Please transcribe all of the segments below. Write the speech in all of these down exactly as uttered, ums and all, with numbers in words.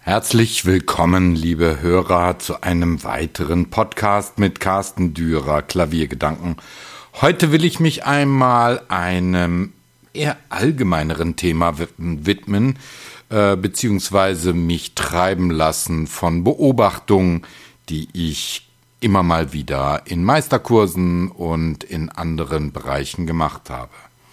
Herzlich willkommen, liebe Hörer, zu einem weiteren Podcast mit Carsten Dürer, Klaviergedanken. Heute will ich mich einmal einem eher allgemeineren Thema widmen, äh, beziehungsweise mich treiben lassen von Beobachtungen, die ich immer mal wieder in Meisterkursen und in anderen Bereichen gemacht habe.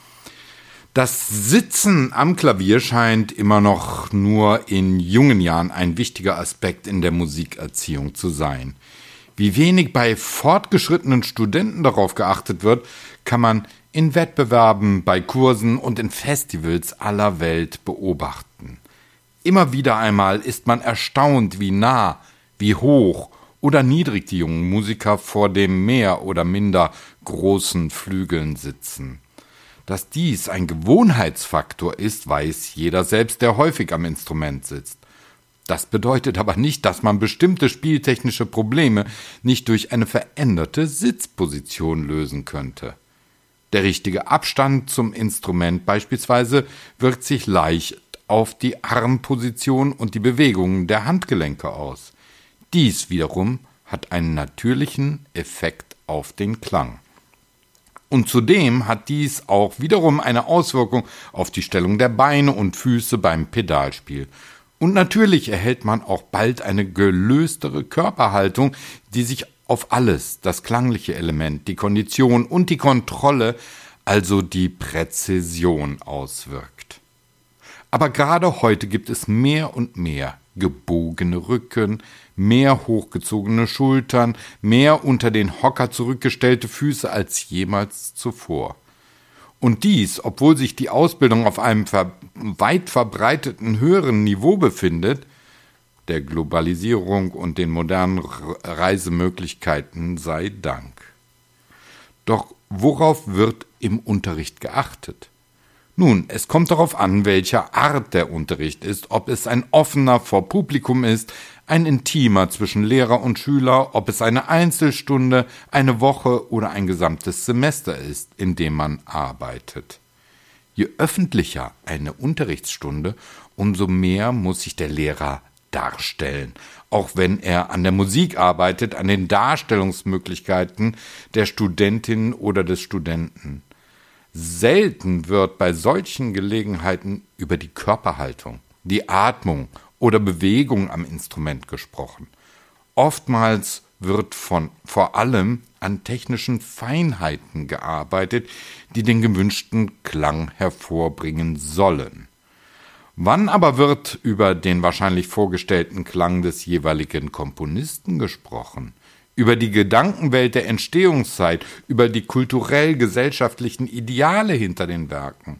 Das Sitzen am Klavier scheint immer noch nur in jungen Jahren ein wichtiger Aspekt in der Musikerziehung zu sein. Wie wenig bei fortgeschrittenen Studenten darauf geachtet wird, kann man in Wettbewerben, bei Kursen und in Festivals aller Welt beobachten. Immer wieder einmal ist man erstaunt, wie nah, wie hoch oder niedrig die jungen Musiker vor dem mehr oder minder großen Flügeln sitzen. Dass dies ein Gewohnheitsfaktor ist, weiß jeder selbst, der häufig am Instrument sitzt. Das bedeutet aber nicht, dass man bestimmte spieltechnische Probleme nicht durch eine veränderte Sitzposition lösen könnte. Der richtige Abstand zum Instrument beispielsweise wirkt sich leicht auf die Armposition und die Bewegungen der Handgelenke aus. Dies wiederum hat einen natürlichen Effekt auf den Klang. Und zudem hat dies auch wiederum eine Auswirkung auf die Stellung der Beine und Füße beim Pedalspiel. Und natürlich erhält man auch bald eine gelöstere Körperhaltung, die sich auf alles, das klangliche Element, die Kondition und die Kontrolle, also die Präzision auswirkt. Aber gerade heute gibt es mehr und mehr gebogene Rücken, mehr hochgezogene Schultern, mehr unter den Hocker zurückgestellte Füße als jemals zuvor. Und dies, obwohl sich die Ausbildung auf einem ver- weit verbreiteten höheren Niveau befindet, der Globalisierung und den modernen Reisemöglichkeiten sei Dank. Doch worauf wird im Unterricht geachtet? Nun, es kommt darauf an, welcher Art der Unterricht ist, ob es ein offener vor Publikum ist, ein intimer zwischen Lehrer und Schüler, ob es eine Einzelstunde, eine Woche oder ein gesamtes Semester ist, in dem man arbeitet. Je öffentlicher eine Unterrichtsstunde, umso mehr muss sich der Lehrer darstellen, auch wenn er an der Musik arbeitet, an den Darstellungsmöglichkeiten der Studentin oder des Studenten. Selten wird bei solchen Gelegenheiten über die Körperhaltung, die Atmung oder Bewegung am Instrument gesprochen. Oftmals wird von vor allem an technischen Feinheiten gearbeitet, die den gewünschten Klang hervorbringen sollen. Wann aber wird über den wahrscheinlich vorgestellten Klang des jeweiligen Komponisten gesprochen? Über die Gedankenwelt der Entstehungszeit, über die kulturell-gesellschaftlichen Ideale hinter den Werken.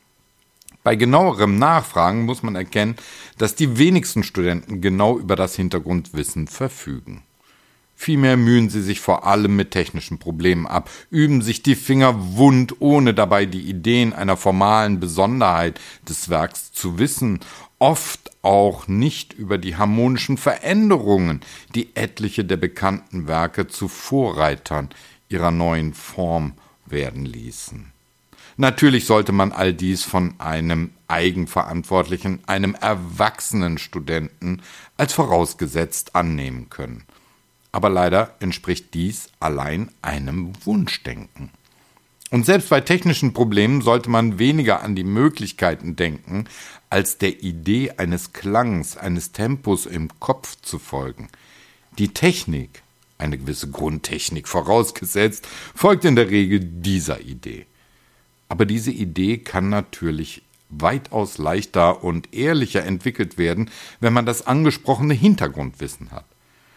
Bei genauerem Nachfragen muss man erkennen, dass die wenigsten Studenten genau über das Hintergrundwissen verfügen. Vielmehr mühen sie sich vor allem mit technischen Problemen ab, üben sich die Finger wund, ohne dabei die Ideen einer formalen Besonderheit des Werks zu wissen, oft auch nicht über die harmonischen Veränderungen, die etliche der bekannten Werke zu Vorreitern ihrer neuen Form werden ließen. Natürlich sollte man all dies von einem eigenverantwortlichen, einem erwachsenen Studenten als vorausgesetzt annehmen können. Aber leider entspricht dies allein einem Wunschdenken. Und selbst bei technischen Problemen sollte man weniger an die Möglichkeiten denken, als der Idee eines Klangs, eines Tempos im Kopf zu folgen. Die Technik, eine gewisse Grundtechnik vorausgesetzt, folgt in der Regel dieser Idee. Aber diese Idee kann natürlich weitaus leichter und ehrlicher entwickelt werden, wenn man das angesprochene Hintergrundwissen hat.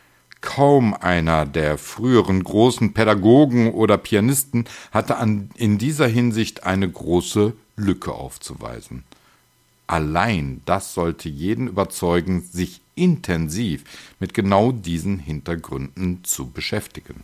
Kaum einer der früheren großen Pädagogen oder Pianisten hatte an, in dieser Hinsicht eine große Lücke aufzuweisen. Allein das sollte jeden überzeugen, sich intensiv mit genau diesen Hintergründen zu beschäftigen.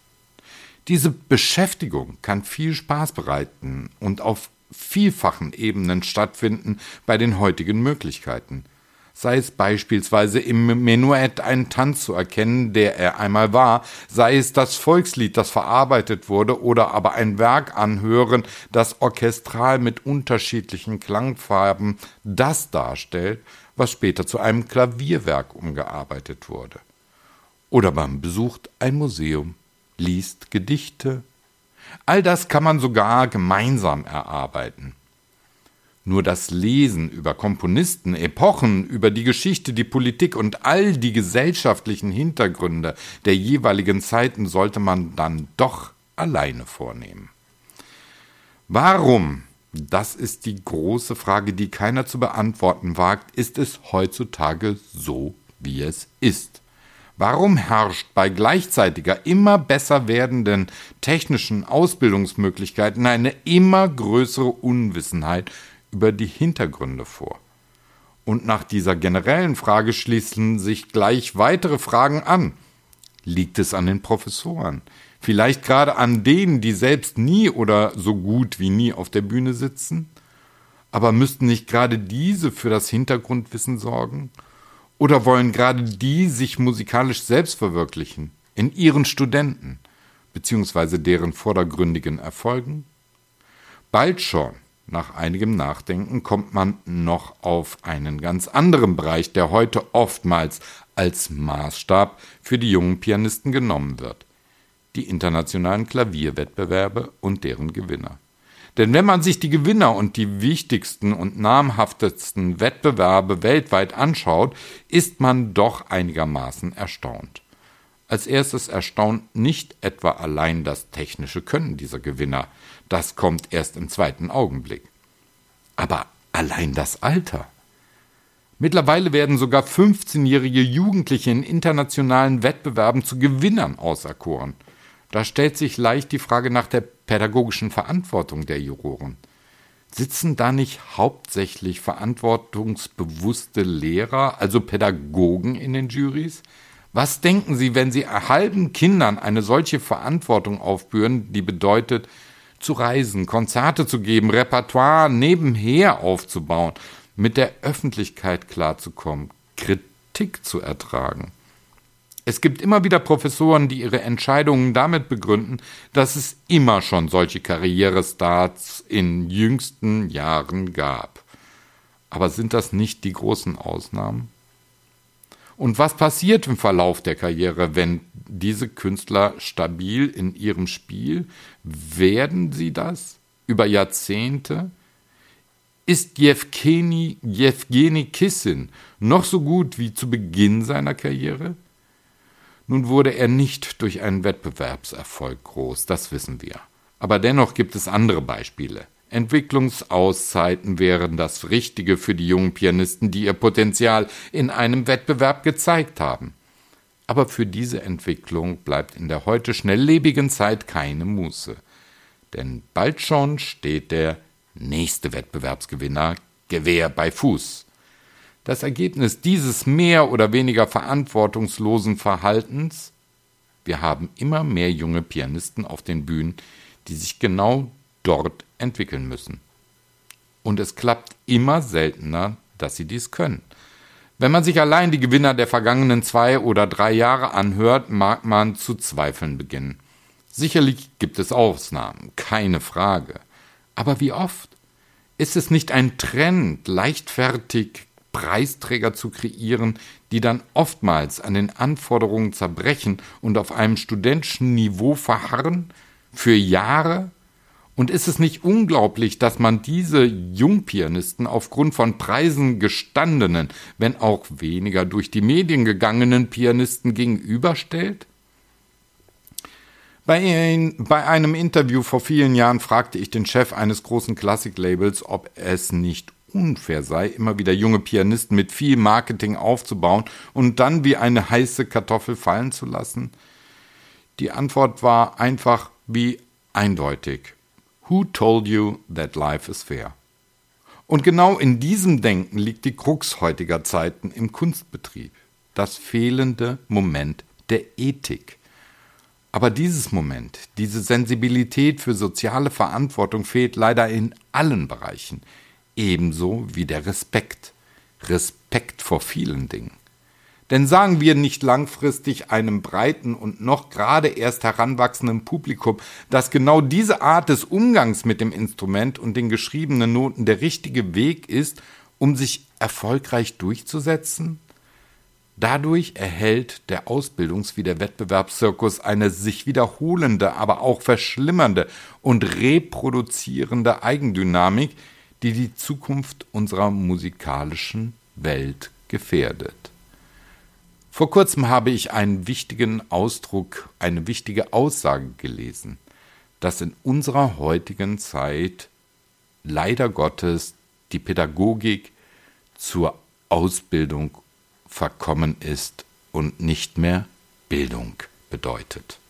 Diese Beschäftigung kann viel Spaß bereiten und auf vielfachen Ebenen stattfinden bei den heutigen Möglichkeiten. Sei es beispielsweise im Menuett einen Tanz zu erkennen, der er einmal war, sei es das Volkslied, das verarbeitet wurde, oder aber ein Werk anhören, das orchestral mit unterschiedlichen Klangfarben das darstellt, was später zu einem Klavierwerk umgearbeitet wurde. Oder man besucht ein Museum, liest Gedichte. All das kann man sogar gemeinsam erarbeiten. Nur das Lesen über Komponisten, Epochen, über die Geschichte, die Politik und all die gesellschaftlichen Hintergründe der jeweiligen Zeiten sollte man dann doch alleine vornehmen. Warum? Das ist die große Frage, die keiner zu beantworten wagt. Ist es heutzutage so, wie es ist? Warum herrscht bei gleichzeitiger, immer besser werdenden technischen Ausbildungsmöglichkeiten eine immer größere Unwissenheit über die Hintergründe vor? Und nach dieser generellen Frage schließen sich gleich weitere Fragen an. Liegt es an den Professoren? Vielleicht gerade an denen, die selbst nie oder so gut wie nie auf der Bühne sitzen? Aber müssten nicht gerade diese für das Hintergrundwissen sorgen? Oder wollen gerade die sich musikalisch selbst verwirklichen, in ihren Studenten, beziehungsweise deren vordergründigen Erfolgen? Bald schon, nach einigem Nachdenken, kommt man noch auf einen ganz anderen Bereich, der heute oftmals als Maßstab für die jungen Pianisten genommen wird: die internationalen Klavierwettbewerbe und deren Gewinner. Denn wenn man sich die Gewinner und die wichtigsten und namhaftesten Wettbewerbe weltweit anschaut, ist man doch einigermaßen erstaunt. Als erstes erstaunt nicht etwa allein das technische Können dieser Gewinner, das kommt erst im zweiten Augenblick. Aber allein das Alter. Mittlerweile werden sogar fünfzehnjährige Jugendliche in internationalen Wettbewerben zu Gewinnern auserkoren. Da stellt sich leicht die Frage nach der pädagogischen Verantwortung der Juroren. Sitzen da nicht hauptsächlich verantwortungsbewusste Lehrer, also Pädagogen in den Jurys? Was denken Sie, wenn Sie halben Kindern eine solche Verantwortung aufbürden, die bedeutet, zu reisen, Konzerte zu geben, Repertoire nebenher aufzubauen, mit der Öffentlichkeit klarzukommen, Kritik zu ertragen? Es gibt immer wieder Professoren, die ihre Entscheidungen damit begründen, dass es immer schon solche Karrierestarts in jüngsten Jahren gab. Aber sind das nicht die großen Ausnahmen? Und was passiert im Verlauf der Karriere, wenn diese Künstler stabil in ihrem Spiel? Werden sie das über Jahrzehnte? Ist Jewgeni, Jewgeni Kissin noch so gut wie zu Beginn seiner Karriere? Nun wurde er nicht durch einen Wettbewerbserfolg groß, das wissen wir. Aber dennoch gibt es andere Beispiele. Entwicklungsauszeiten wären das Richtige für die jungen Pianisten, die ihr Potenzial in einem Wettbewerb gezeigt haben. Aber für diese Entwicklung bleibt in der heute schnelllebigen Zeit keine Muße. Denn bald schon steht der nächste Wettbewerbsgewinner Gewehr bei Fuß. Das Ergebnis dieses mehr oder weniger verantwortungslosen Verhaltens: wir haben immer mehr junge Pianisten auf den Bühnen, die sich genau dort entwickeln müssen. Und es klappt immer seltener, dass sie dies können. Wenn man sich allein die Gewinner der vergangenen zwei oder drei Jahre anhört, mag man zu zweifeln beginnen. Sicherlich gibt es Ausnahmen, keine Frage. Aber wie oft? Ist es nicht ein Trend, leichtfertig Preisträger zu kreieren, die dann oftmals an den Anforderungen zerbrechen und auf einem studentischen Niveau verharren, für Jahre? Und ist es nicht unglaublich, dass man diese Jungpianisten aufgrund von Preisen gestandenen, wenn auch weniger durch die Medien gegangenen Pianisten gegenüberstellt? Bei, ein, bei einem Interview vor vielen Jahren fragte ich den Chef eines großen Klassiklabels, ob es nicht unfair sei, immer wieder junge Pianisten mit viel Marketing aufzubauen und dann wie eine heiße Kartoffel fallen zu lassen. Die Antwort war einfach wie eindeutig: Who told you that life is fair? Und genau in diesem Denken liegt die Krux heutiger Zeiten im Kunstbetrieb: das fehlende Moment der Ethik. Aber dieses Moment, diese Sensibilität für soziale Verantwortung fehlt leider in allen Bereichen. Ebenso wie der Respekt. Respekt vor vielen Dingen. Denn sagen wir nicht langfristig einem breiten und noch gerade erst heranwachsenden Publikum, dass genau diese Art des Umgangs mit dem Instrument und den geschriebenen Noten der richtige Weg ist, um sich erfolgreich durchzusetzen? Dadurch erhält der Ausbildungs- wie der Wettbewerbszirkus eine sich wiederholende, aber auch verschlimmernde und reproduzierende Eigendynamik, die die Zukunft unserer musikalischen Welt gefährdet. Vor kurzem habe ich einen wichtigen Ausdruck, eine wichtige Aussage gelesen, dass in unserer heutigen Zeit leider Gottes die Pädagogik zur Ausbildung verkommen ist und nicht mehr Bildung bedeutet.